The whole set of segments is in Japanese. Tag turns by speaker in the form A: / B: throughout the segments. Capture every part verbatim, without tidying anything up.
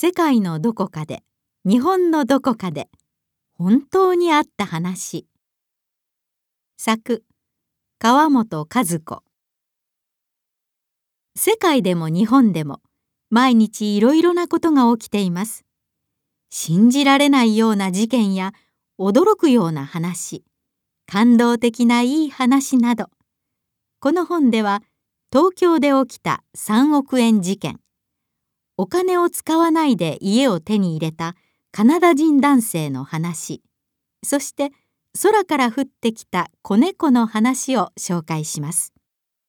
A: 世界のどこかで、日本のどこかで、本当にあった話。作、川本和子。世界でも日本でも、毎日いろいろなことが起きています。信じられないような事件や、驚くような話、感動的ないい話など。この本では、東京で起きたさんおくえん事件、お金を使わないで家を手に入れたカナダ人男性の話、そして空から降ってきた子猫の話を紹介します。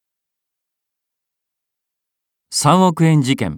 B: さんおくえん事件。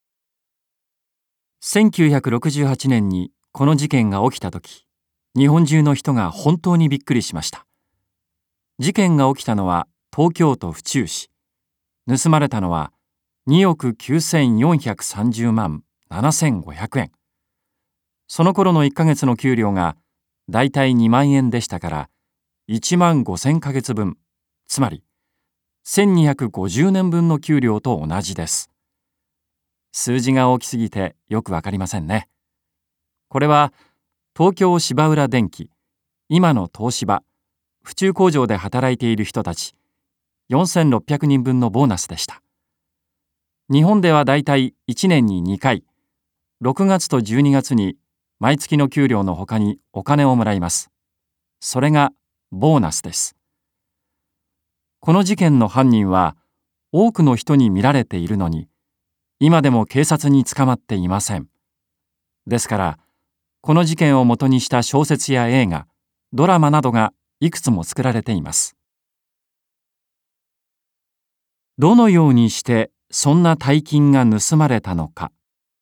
B: せんきゅうひゃくろくじゅうはちねんにこの事件が起きたとき、日本中の人が本当にびっくりしました。事件が起きたのは東京都府中市。盗まれたのはにおくきゅうせんよんひゃくさんじゅうまんななせんごひゃくえん。その頃のいっかげつの給料がだいたいにまんえんでしたからいちまんごせんかげつぶん、つまりせんにひゃくごじゅうねんぶんの給料と同じです。数字が大きすぎてよくわかりませんね。これは東京芝浦電機、今の東芝、府中工場で働いている人たちよんせんろっぴゃくにんぶんのボーナスでした。日本ではだいたいいちねんににかい、ろくがつとじゅうにがつに毎月の給料のほかにお金をもらいます。それがボーナスです。この事件の犯人は多くの人に見られているのに、今でも警察に捕まっていません。ですから、この事件を元にした小説や映画、ドラマなどがいくつも作られています。どのようにしてそんな大金が盗まれたのか。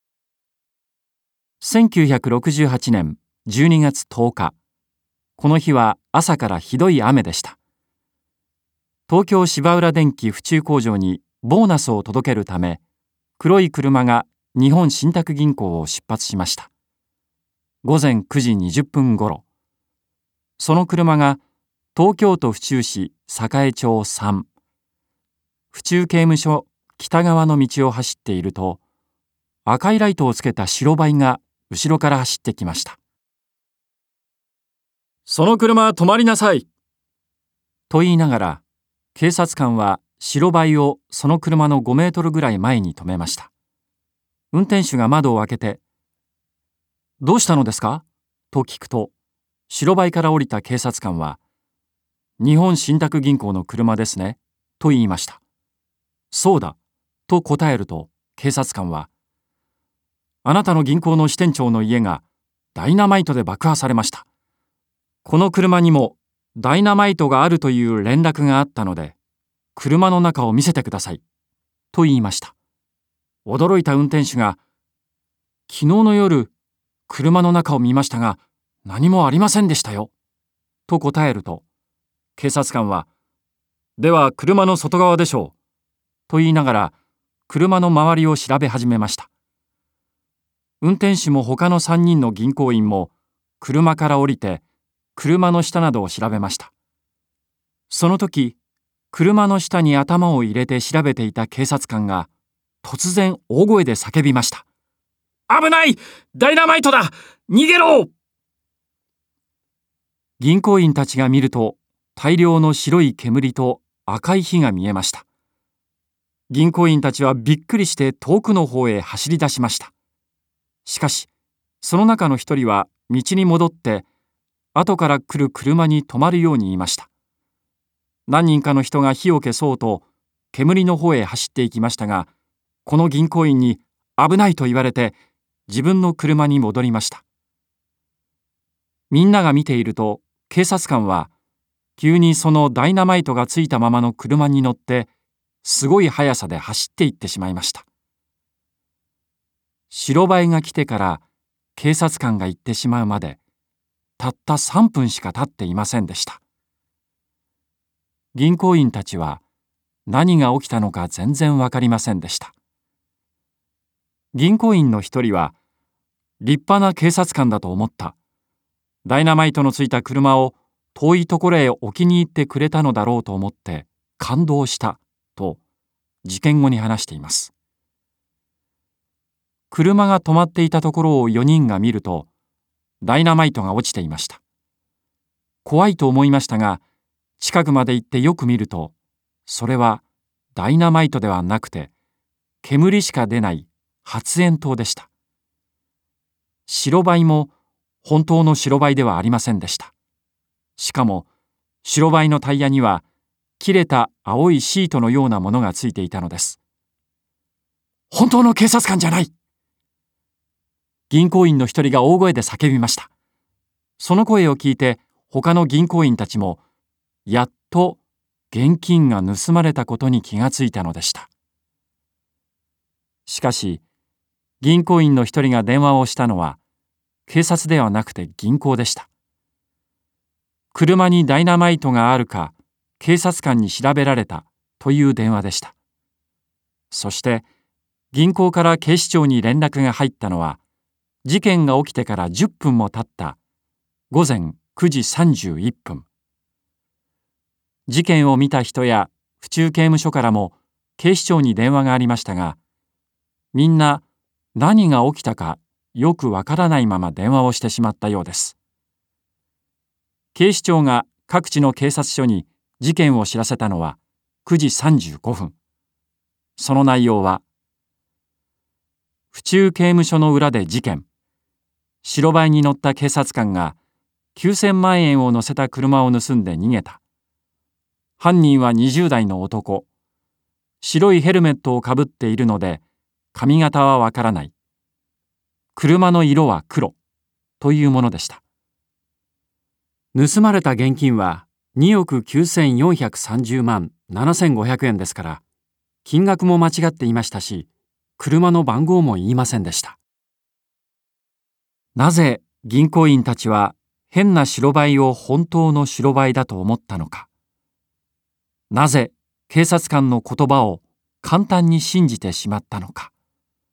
B: せんきゅうひゃくろくじゅうはちねんじゅうにがつとおか、この日は朝からひどい雨でした。東京芝浦電機府中工場にボーナスを届けるため、黒い車が日本信託銀行を出発しました。ごぜんくじにじゅっぷんごろ、その車が東京都府中市栄町さん、府中刑務所北側の道を走っていると、赤いライトをつけた白バイが後ろから走ってきました。その車止まりなさいと言いながら、警察官は白バイをその車のごメートルぐらい前に止めました。運転手が窓を開けて、どうしたのですかと聞くと、白バイから降りた警察官は、日本信託銀行の車ですねと言いました。そうだと答えると、警察官は、あなたの銀行の支店長の家がダイナマイトで爆破されました。この車にもダイナマイトがあるという連絡があったので、車の中を見せてくださいと言いました。驚いた運転手が、昨日の夜車の中を見ましたが何もありませんでしたよと答えると、警察官は、では車の外側でしょうと言いながら車の周りを調べ始めました。運転手も他のさんにんの銀行員も車から降りて車の下などを調べました。その時、車の下に頭を入れて調べていた警察官が突然大声で叫びました。危ない！ダイナマイトだ！逃げろ！銀行員たちが見ると、大量の白い煙と赤い火が見えました。銀行員たちはびっくりして遠くの方へ走り出しました。しかし、その中の一人は道に戻って、後から来る車に止まるように言いました。何人かの人が火を消そうと、煙の方へ走っていきましたが、この銀行員に危ないと言われて、自分の車に戻りました。みんなが見ていると、警察官は、急にそのダイナマイトがついたままの車に乗って、すごい速さで走っていってしまいました。白バイが来てから警察官が行ってしまうまで、たったさんぷんしか経っていませんでした。銀行員たちは何が起きたのか全然わかりませんでした。銀行員の一人は、立派な警察官だと思った。ダイナマイトのついた車を遠いところへ置きに行ってくれたのだろうと思って感動したと事件後に話しています。 車が止まっていたところをよにんが見ると、ダイナマイトが落ちていました。怖いと思いましたが、近くまで行ってよく見ると、それはダイナマイトではなくて、煙しか出ない発煙筒でした。白バイも本当の白バイではありませんでした。しかも、白バイのタイヤには、切れた青いシートのようなものがついていたのです。本当の警察官じゃない！銀行員の一人が大声で叫びました。その声を聞いて、他の銀行員たちも、やっと現金が盗まれたことに気がついたのでした。しかし、銀行員の一人が電話をしたのは、警察ではなくて銀行でした。車にダイナマイトがあるか、警察官に調べられたという電話でした。そして、銀行から警視庁に連絡が入ったのは、事件が起きてからじゅっぷんも経った午前くじさんじゅういっぷん。事件を見た人や府中刑務所からも警視庁に電話がありましたが、みんな何が起きたかよくわからないまま電話をしてしまったようです。警視庁が各地の警察署に事件を知らせたのはくじさんじゅうごふん。その内容は、府中刑務所の裏で事件。白バイに乗った警察官がきゅうせんまんえんを乗せた車を盗んで逃げた。犯人はにじゅうだいの男。白いヘルメットをかぶっているので、髪型はわからない。車の色は黒。というものでした。盗まれた現金はにおくきゅうせんよんひゃくさんじゅうまんななせんごひゃくえんですから、金額も間違っていましたし、車の番号も言いませんでした。なぜ銀行員たちは変な白バイを本当の白バイだと思ったのか。なぜ警察官の言葉を簡単に信じてしまったのか。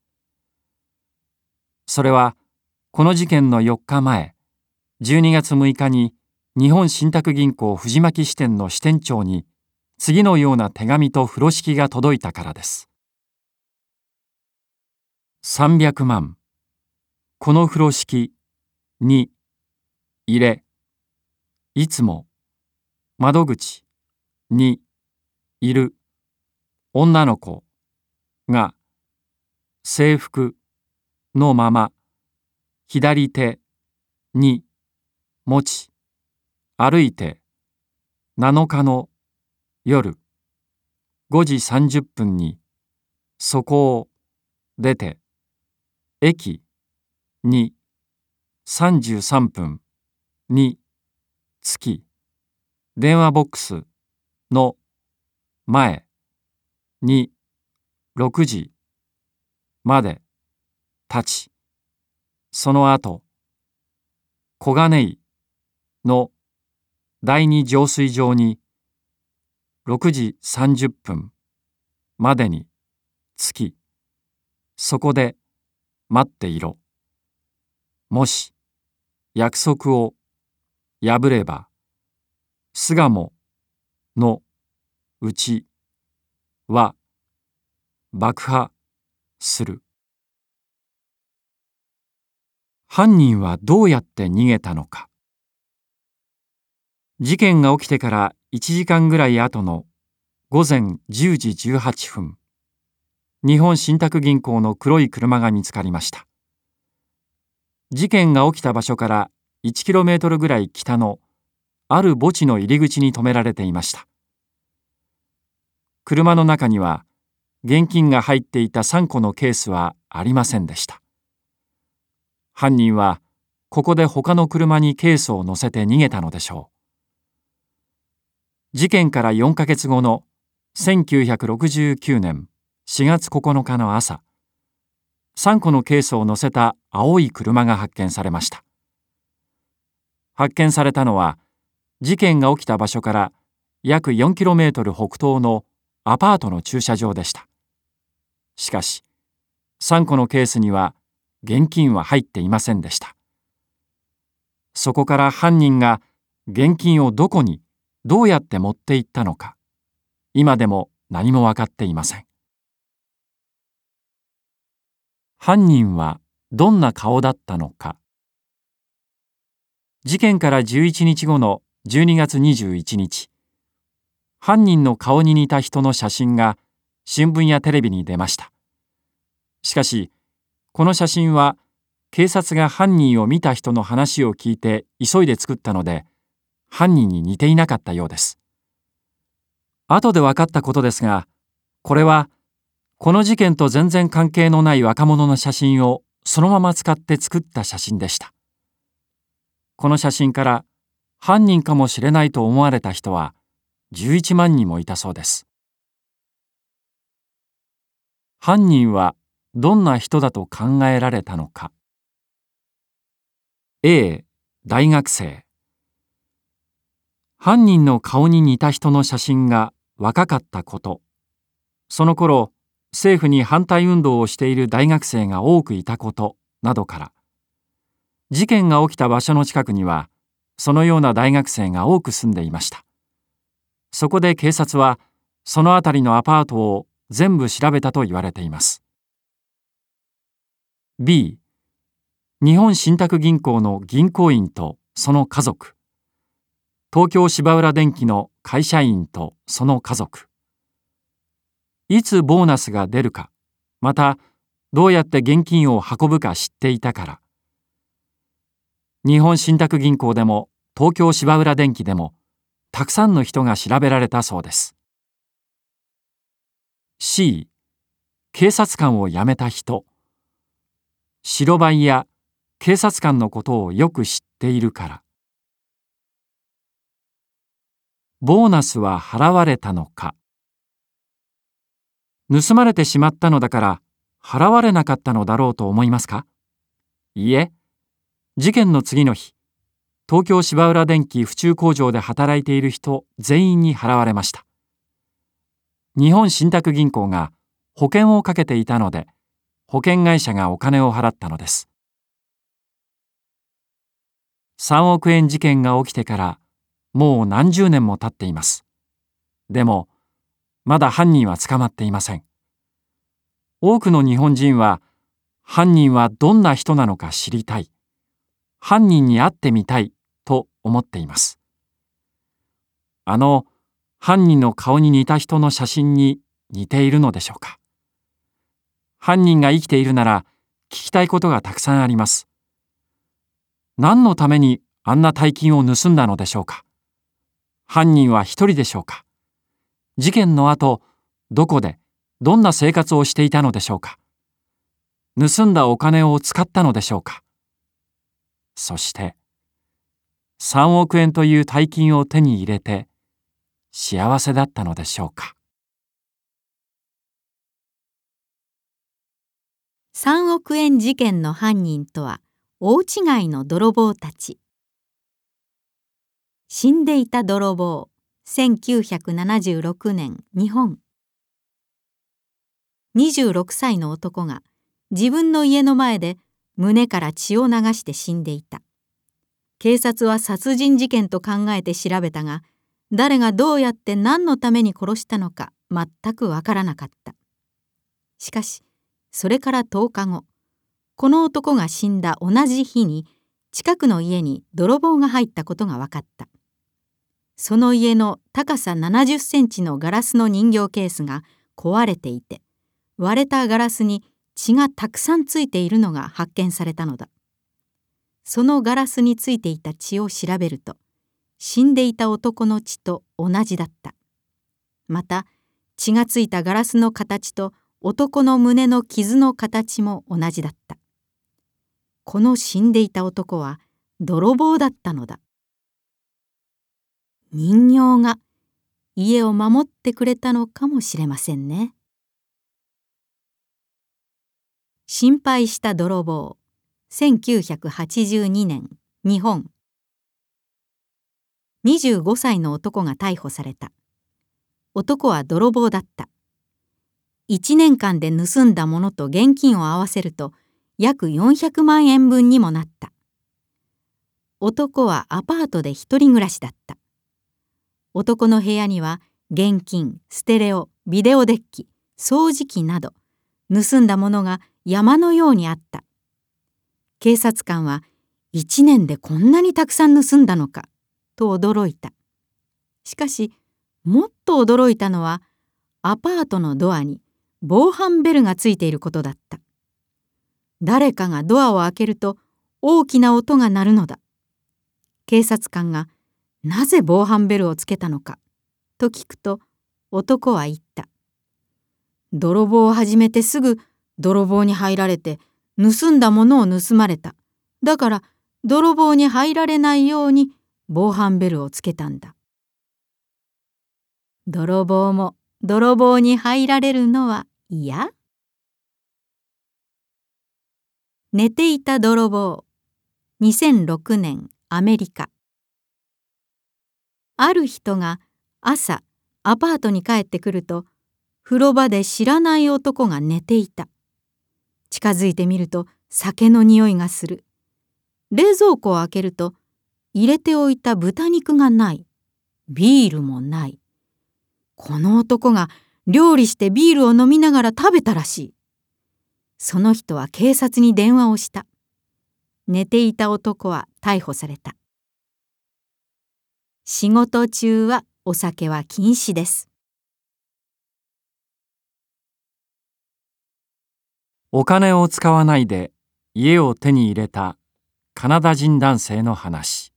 B: それはこの事件のよっかまえ、じゅうにがつむいかに日本信託銀行藤巻支店の支店長に次のような手紙と風呂敷が届いたからです。さんびゃくまん。この風呂敷に入れ、いつも窓口にいる女の子が制服のまま左手に持ち歩いてなのかの夜ごじさんじゅっぷんにそこを出て駅にさんじゅうさんぷんに着き電話ボックスの前にろくじまで立ち、その後小金井の第二浄水場にろくじさんじゅっぷんまでに着き、そこで待っていろ。もし約束を破れば、巣鴨のうちは爆破する。犯人はどうやって逃げたのか。事件が起きてからいちじかんぐらい後のごぜんじゅうじじゅうはっぷん、日本信託銀行の黒い車が見つかりました。事件が起きた場所からいちキロメートルぐらい北のある墓地の入り口に止められていました。車の中には現金が入っていたさんこのケースはありませんでした。犯人はここで他の車にケースを乗せて逃げたのでしょう。事件からよんかげつごのせんきゅうひゃくろくじゅうきゅうねんしがつここのかの朝、さんこのケースを乗せた青い車が発見されました。発見されたのは、事件が起きた場所から約よんキロメートル北東のアパートの駐車場でした。しかし、さんこのケースには現金は入っていませんでした。そこから犯人が現金をどこにどうやって持って行ったのか、今でも何も分かっていません。 犯人はどんな顔だったのか。事件からじゅういちにちごのじゅうにがつにじゅういちにち、犯人の顔に似た人の写真が新聞やテレビに出ました。しかし、この写真は警察が犯人を見た人の話を聞いて急いで作ったので、犯人に似ていなかったようです。後で分かったことですが、これはこの事件と全然関係のない若者の写真をそのまま使って作った写真でした。この写真から犯人かもしれないと思われた人はじゅういちまんにんもいたそうです。犯人はどんな人だと考えられたのか。A、大学生。犯人の顔に似た人の写真が若かったこと。その頃、政府に反対運動をしている大学生が多くいたことなどから、事件が起きた場所の近くには、そのような大学生が多く住んでいました。そこで警察は、その辺りのアパートを全部調べたと言われています。B、日本信託銀行の銀行員とその家族。東京芝浦電機の会社員とその家族。いつボーナスが出るか、またどうやって現金を運ぶか知っていたから。日本信託銀行でも東京芝浦電機でもたくさんの人が調べられたそうです。C、警察官を辞めた人。白バイや警察官のことをよく知っているから。ボーナスは払われたのか。盗まれてしまったのだから払われなかったのだろうと思いますか？いいえ、事件の次の日、東京芝浦電機府中工場で働いている人全員に払われました。日本信託銀行が保険をかけていたので、保険会社がお金を払ったのです。さんおくえん事件が起きてからもう何十年も経っています。でも、まだ犯人は捕まっていません。多くの日本人は、犯人はどんな人なのか知りたい、犯人に会ってみたいと思っています。あの犯人の顔に似た人の写真に似ているのでしょうか。犯人が生きているなら聞きたいことがたくさんあります。何のためにあんな大金を盗んだのでしょうか。犯人は一人でしょうか。事件の後、どこで、どんな生活をしていたのでしょうか。盗んだお金を使ったのでしょうか。そして、さんおくえんという大金を手に入れて、幸せだったのでしょうか。
A: さんおくえん事件の犯人とは大違いの泥棒たち。死んでいた泥棒。せんきゅうひゃくななじゅうろくねん日本。にじゅうろくさいの男が自分の家の前で胸から血を流して死んでいた。警察は殺人事件と考えて調べたが、誰がどうやって何のために殺したのか全くわからなかった。しかしそれからとおかご、この男が死んだ同じ日に近くの家に泥棒が入ったことが分かった。その家の高さななじゅっセンチのガラスの人形ケースが壊れていて、割れたガラスに血がたくさんついているのが発見されたのだ。そのガラスについていた血を調べると、死んでいた男の血と同じだった。また血がついたガラスの形と男の胸の傷の形も同じだった。この死んでいた男は泥棒だったのだ。人形が家を守ってくれたのかもしれませんね。心配した泥棒。せんきゅうひゃくはちじゅうにねん日本。にじゅうごさいの男が逮捕された。男は泥棒だった。いちねんかんで盗んだものと現金を合わせると約よんひゃくまんえんぶんにもなった。男はアパートで一人暮らしだった。男の部屋には現金、ステレオ、ビデオデッキ、掃除機など盗んだものが山のようにあった。警察官は一年でこんなにたくさん盗んだのかと驚いた。しかしもっと驚いたのはアパートのドアに防犯ベルがついていることだった。誰かがドアを開けると大きな音が鳴るのだ。警察官がなぜ防犯ベルをつけたのかと聞くと、男は言った。泥棒を始めてすぐ泥棒に入られて盗んだものを盗まれた。だから泥棒に入られないように防犯ベルをつけたんだ。泥棒も泥棒に入られるのは嫌？寝ていた泥棒。にせんろくねんアメリカ。ある人が朝アパートに帰ってくると、風呂場で知らない男が寝ていた。近づいてみると酒の匂いがする。冷蔵庫を開けると入れておいた豚肉がない。ビールもない。この男が料理してビールを飲みながら食べたらしい。その人は警察に電話をした。寝ていた男は逮捕された。仕事中はお酒は禁止です。
B: お金を使わないで家を手に入れたカナダ人男性の話。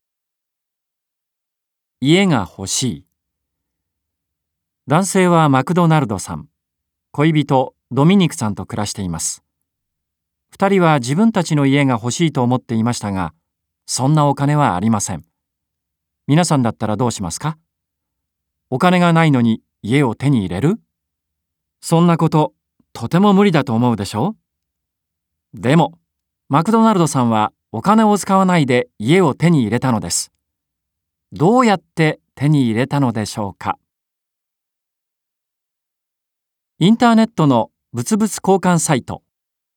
B: 家が欲しい。男性はマクドナルドさん、恋人ドミニクさんと暮らしています。二人は自分たちの家が欲しいと思っていましたが、そんなお金はありません。皆さんだったらどうしますか？お金がないのに家を手に入れる？そんなこと、とても無理だと思うでしょ？でも、マクドナルドさんはお金を使わないで家を手に入れたのです。どうやって手に入れたのでしょうか？インターネットの物々交換サイト。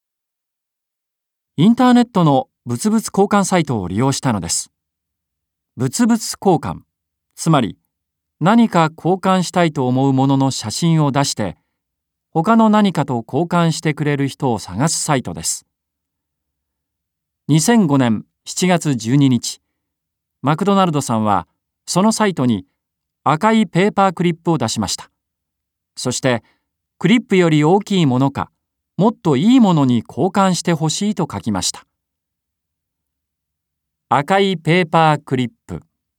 B: インターネットの物々交換サイトを利用したのです。物々交換、つまり何か交換したいと思うものの写真を出して、他の何かと交換してくれる人を探すサイトです。にせんごねんしちがつじゅうににち、マクドナルドさんはそのサイトに赤いペーパークリップを出しました。そして、クリップより大きいものか、もっといいものに交換してほしいと書きました。赤いペーパークリップ。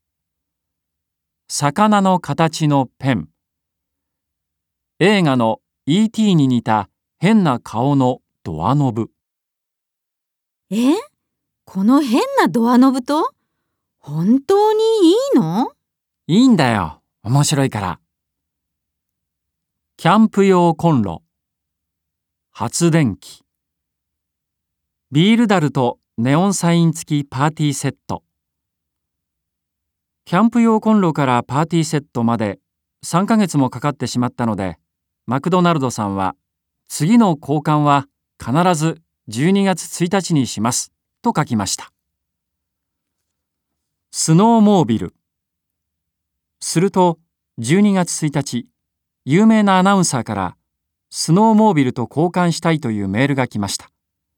B: 魚の形のペン。映画の イーティー に似た変な顔のドアノブ。
A: え？この変なドアノブと本当にいいの？
B: いいんだよ。面白いから。キャンプ用コンロ。発電機。ビール樽とネオンサイン付きパーティーセット。キャンプ用コンロからパーティーセットまでさんかげつもかかってしまったので、マクドナルドさんは次の交換は必ずじゅうにがつついたちにしますと書きました。スノーモービル。するとじゅうにがつついたち、有名なアナウンサーからスノーモービルと交換したいというメールが来ました。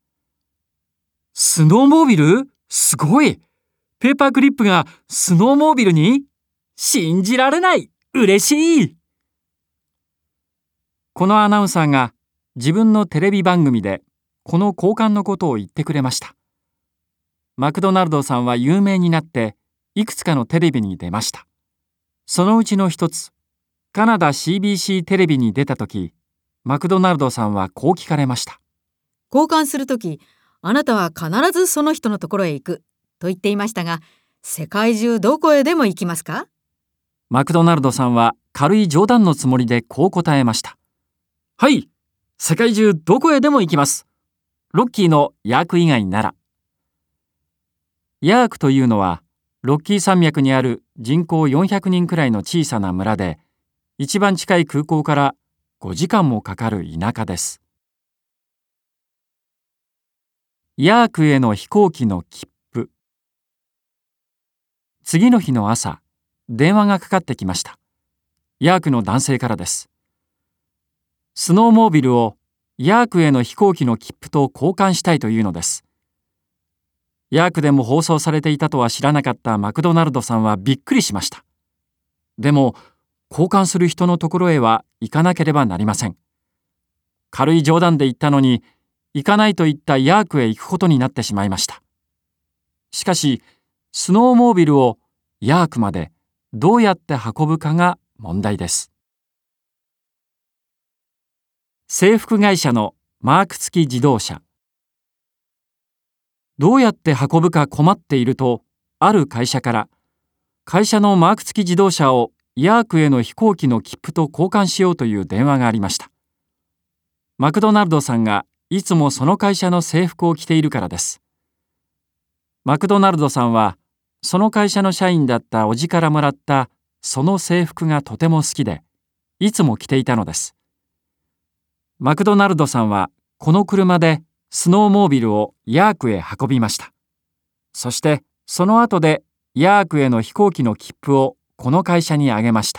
B: スノーモービル？すごい！ペーパークリップがスノーモービルに？信じられない！嬉しい！このアナウンサーが自分のテレビ番組でこの交換のことを言ってくれました。マクドナルドさんは有名になっていくつかのテレビに出ました。そのうちの一つ、カナダ シービーシー テレビに出たとき、マクドナルドさんはこう聞かれました。
A: 交換するとき、あなたは必ずその人のところへ行くと言っていましたが、世界中どこへでも行きますか？
B: マクドナルドさんは軽い冗談のつもりでこう答えました。はい、世界中どこへでも行きます。ロッキーのヤーク以外なら。ヤークというのは、ロッキー山脈にある人口よんひゃくにんくらいの小さな村で、一番近い空港からごじかんもかかる田舎です。ヤークへの飛行機の切符。次の日の朝、電話がかかってきました。ヤークの男性からです。スノーモービルをヤークへの飛行機の切符と交換したいというのです。ヤークでも放送されていたとは知らなかったマクドナルドさんはびっくりしました。でも、交換する人のところへは行かなければなりません。軽い冗談で言ったのに、行かないと言ったヤークへ行くことになってしまいました。しかし、スノーモービルをヤークまでどうやって運ぶかが問題です。制服会社のマーク付き自動車。どうやって運ぶか困っていると、ある会社から会社のマーク付き自動車をヤークへの飛行機の切符と交換しようという電話がありました。マクドナルドさんがいつもその会社の制服を着ているからです。マクドナルドさんはその会社の社員だった叔父からもらったその制服がとても好きで、いつも着ていたのです。マクドナルドさんはこの車でスノーモービルをヤークへ運びました。そしてその後でヤークへの飛行機の切符をこの会社にあげました。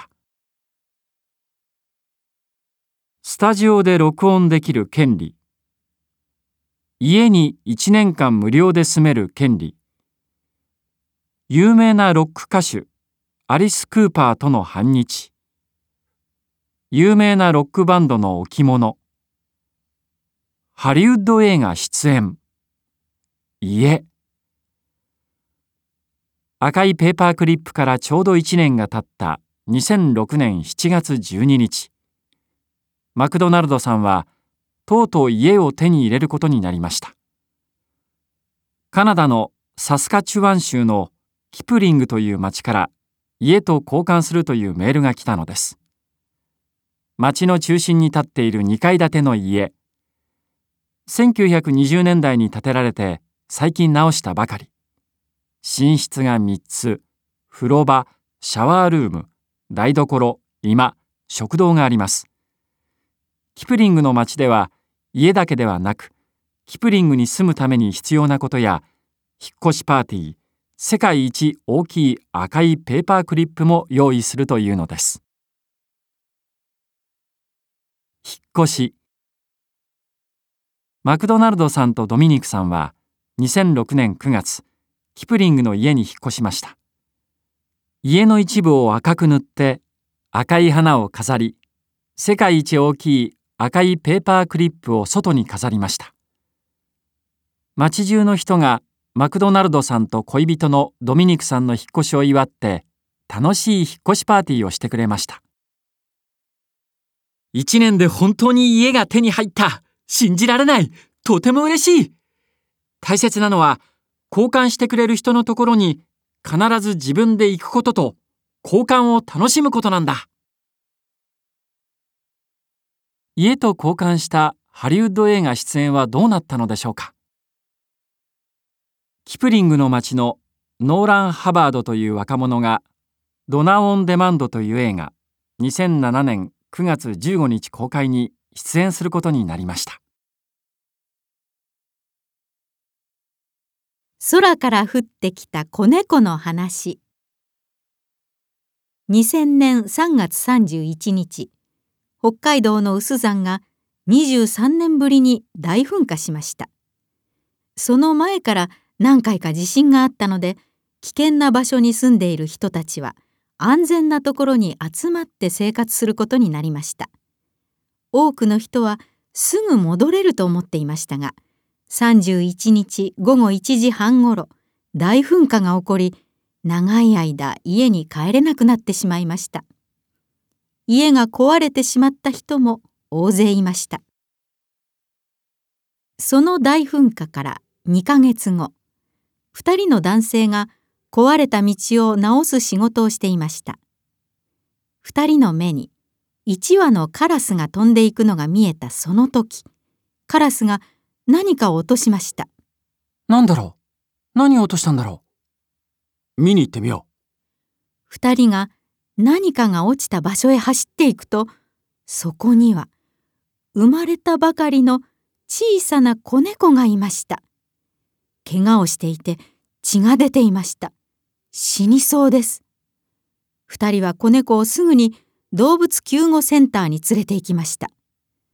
B: スタジオで録音できる権利。家にいちねんかん無料で住める権利。有名なロック歌手アリス・クーパーとの反日。有名なロックバンドの置物。ハリウッド映画出演。家。赤いペーパークリップからちょうどいちねんが経ったにせんろくねんしちがつじゅうににち、マクドナルドさんはとうとう家を手に入れることになりました。カナダのサスカチュワン州のキプリングという町から家と交換するというメールが来たのです。町の中心に立っているにかい建ての家。せんきゅうひゃくにじゅうねんだいに建てられて最近直したばかり。寝室がみっつ、風呂場、シャワールーム、台所、居間、食堂があります。キプリングの町では家だけではなく、キプリングに住むために必要なことや、引っ越しパーティー、世界一大きい赤いペーパークリップも用意するというのです。引っ越し。マクドナルドさんとドミニクさんはにせんろくねんくがつ、キプリングの家に引っ越しました。家の一部を赤く塗って赤い花を飾り、世界一大きい赤いペーパークリップを外に飾りました。町中の人がマクドナルドさんと恋人のドミニクさんの引っ越しを祝って楽しい引っ越しパーティーをしてくれました。一年で本当に家が手に入った。信じられない。とても嬉しい。大切なのは交換してくれる人のところに必ず自分で行くことと交換を楽しむことなんだ。家と交換したハリウッド映画出演はどうなったのでしょうか。キプリングの町のノーラン・ハバードという若者がドナー・オン・デマンドという映画にせんななねんくがつじゅうごにち公開に出演することになりました。
A: 空から降ってきた子猫の話。にせんねんさんがつさんじゅういちにち、北海道の有珠山がにじゅうさんねんぶりに大噴火しました。その前から何回か地震があったので、危険な場所に住んでいる人たちは安全なところに集まって生活することになりました。多くの人はすぐ戻れると思っていましたが、さんじゅういちにちごごいちじはんごろ、大噴火が起こり、長い間家に帰れなくなってしまいました。家が壊れてしまった人も大勢いました。その大噴火からにかげつご、ふたりの男性が壊れた道を直す仕事をしていました。ふたりの目にいちわのカラスが飛んでいくのが見えたその時、カラスが何かを落としました。
B: なんだろう。何を落としたんだろう。見に行ってみよう。
A: ふたりが何かが落ちた場所へ走っていくと、そこには生まれたばかりの小さな子猫がいました。怪我をしていて血が出ていました。死にそうです。二人は子猫をすぐに動物救護センターに連れて行きました。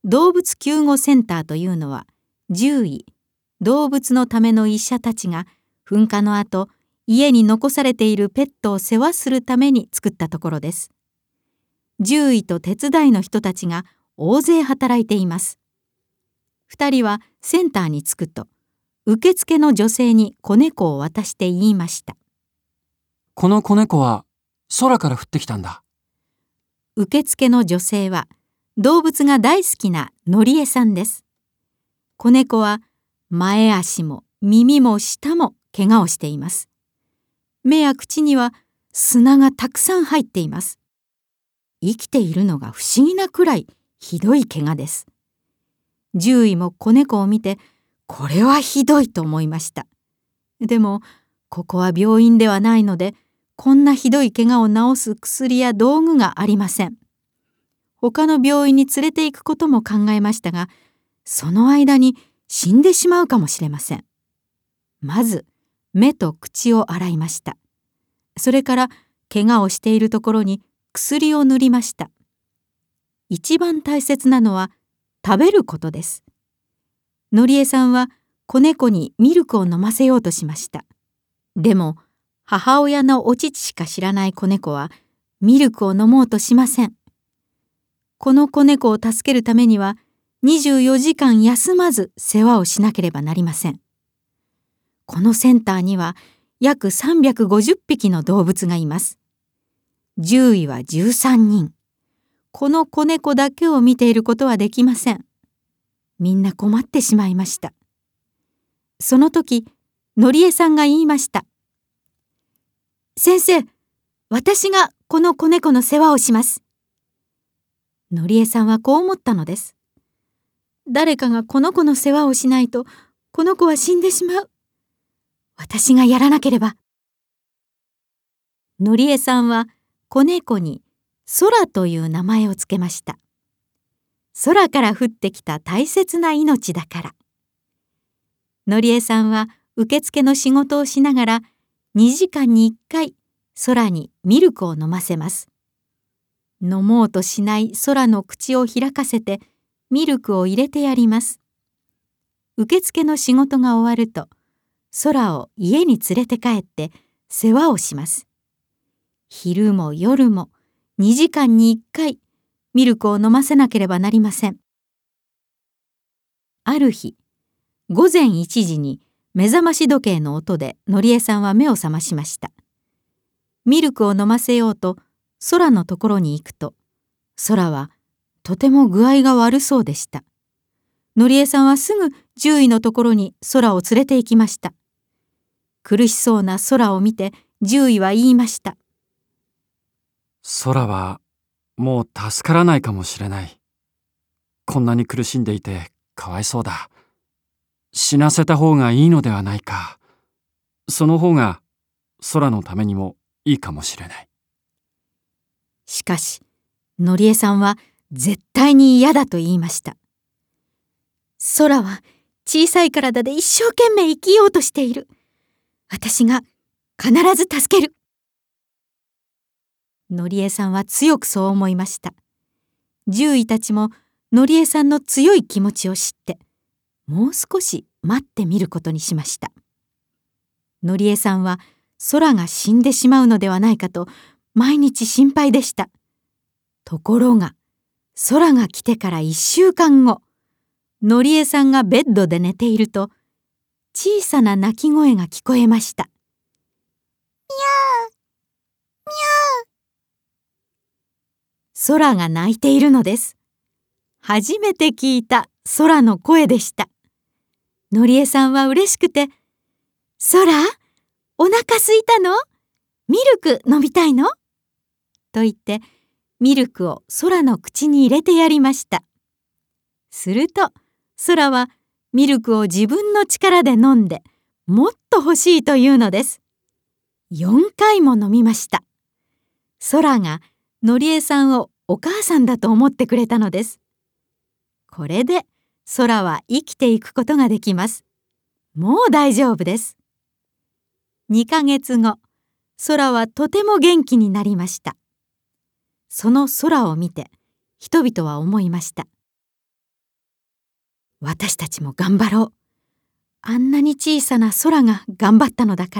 A: 動物救護センターというのは、獣医、動物のための医者たちが噴火の後、家に残されているペットを世話するために作ったところです。獣医と手伝いの人たちが大勢働いています。二人はセンターに着くと、受付の女性に子猫を渡して言いました。
B: この子猫は空から降ってきたんだ。
A: 受付の女性は動物が大好きなのりえさんです。子猫は前足も耳も舌も怪我をしています。目や口には砂がたくさん入っています。生きているのが不思議なくらいひどい怪我です。獣医も子猫を見て、これはひどいと思いました。でも、ここは病院ではないので、こんなひどい怪我を治す薬や道具がありません。他の病院に連れて行くことも考えましたが、その間に死んでしまうかもしれません。まず、目と口を洗いました。それから、怪我をしているところに薬を塗りました。一番大切なのは食べることです。のりえさんは子猫にミルクを飲ませようとしました。でも母親のお乳しか知らない子猫はミルクを飲もうとしません。この子猫を助けるためにはにじゅうよじかん休まず世話をしなければなりません。このセンターには約さんびゃくごじゅっぴきの動物がいます。獣医はじゅうさんにん。この子猫だけを見ていることはできません。みんな困ってしまいました。その時、のりえさんが言いました。先生、私がこの子猫の世話をします。のりえさんはこう思ったのです。誰かがこの子の世話をしないと、この子は死んでしまう。私がやらなければ。のりえさんは子猫に空という名前をつけました。空から降ってきた大切な命だから。のりえさんは受付の仕事をしながらにじかんにいっかい空にミルクを飲ませます。飲もうとしない空の口を開かせてミルクを入れてやります。受付の仕事が終わると空を家に連れて帰って世話をします。昼も夜もにじかんにいっかいミルクを飲ませなければなりません。ある日、ごぜんいちじに目覚まし時計の音でのりえさんは目を覚ましました。ミルクを飲ませようと空のところに行くと、空はとても具合が悪そうでした。のりえさんはすぐ獣医のところに空を連れて行きました。苦しそうな空を見て獣医は言いました。
B: 空はもう助からないかもしれない。こんなに苦しんでいてかわいそうだ。死なせた方がいいのではないか。その方が空のためにもいいかもしれない。
A: しかし、のりえさんは絶対に嫌だと言いました。空は小さい体で一生懸命生きようとしている。私が必ず助ける。のりえさんは強くそう思いました。獣医たちものりえさんの強い気持ちを知って、もう少し待ってみることにしました。のりえさんは空が死んでしまうのではないかと毎日心配でした。ところが、空が来てから一週間後、のりえさんがベッドで寝ていると、小さな鳴き声が聞こえました。みゃー、みゃー。空が鳴いているのです。初めて聞いた空の声でした。のりえさんは嬉しくて、空、お腹すいたの？ミルク飲みたいの？と言って、ミルクを空の口に入れてやりました。すると、空はミルクを自分の力で飲んで、もっと欲しいというのです。よんかいも飲みました。空がのりえさんをお母さんだと思ってくれたのです。これで空は生きていくことができます。もう大丈夫です。にかげつご、空はとても元気になりました。その空を見て、人々は思いました。 私たちも頑張ろう。あんなに小さな空が頑張ったのだから。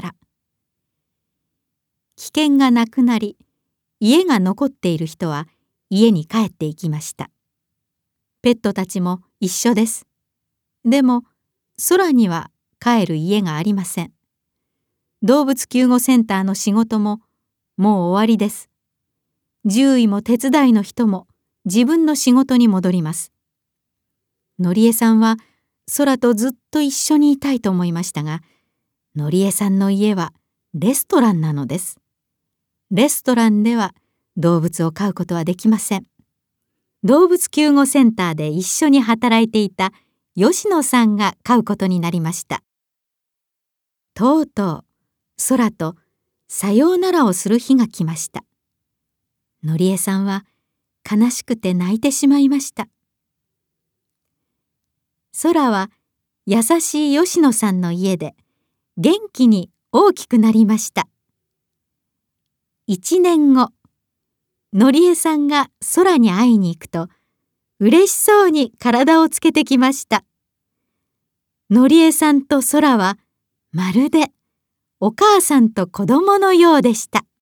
A: 危険がなくなり、家が残っている人は家に帰っていきました。ペットたちも一緒です。でも空には帰る家がありません。動物救護センターの仕事ももう終わりです。獣医も手伝いの人も自分の仕事に戻ります。のりえさんは空とずっと一緒にいたいと思いましたが、のりえさんの家はレストランなのです。レストランでは動物を飼うことはできません。動物救護センターで一緒に働いていた吉野さんが飼うことになりました。とうとう空とさようならをする日が来ました。のりえさんは悲しくて泣いてしまいました。空は優しい吉野さんの家で元気に大きくなりました。一年後、のりえさんが空に会いに行くと、嬉しそうに体をつけてきました。のりえさんと空はまるでお母さんと子供のようでした。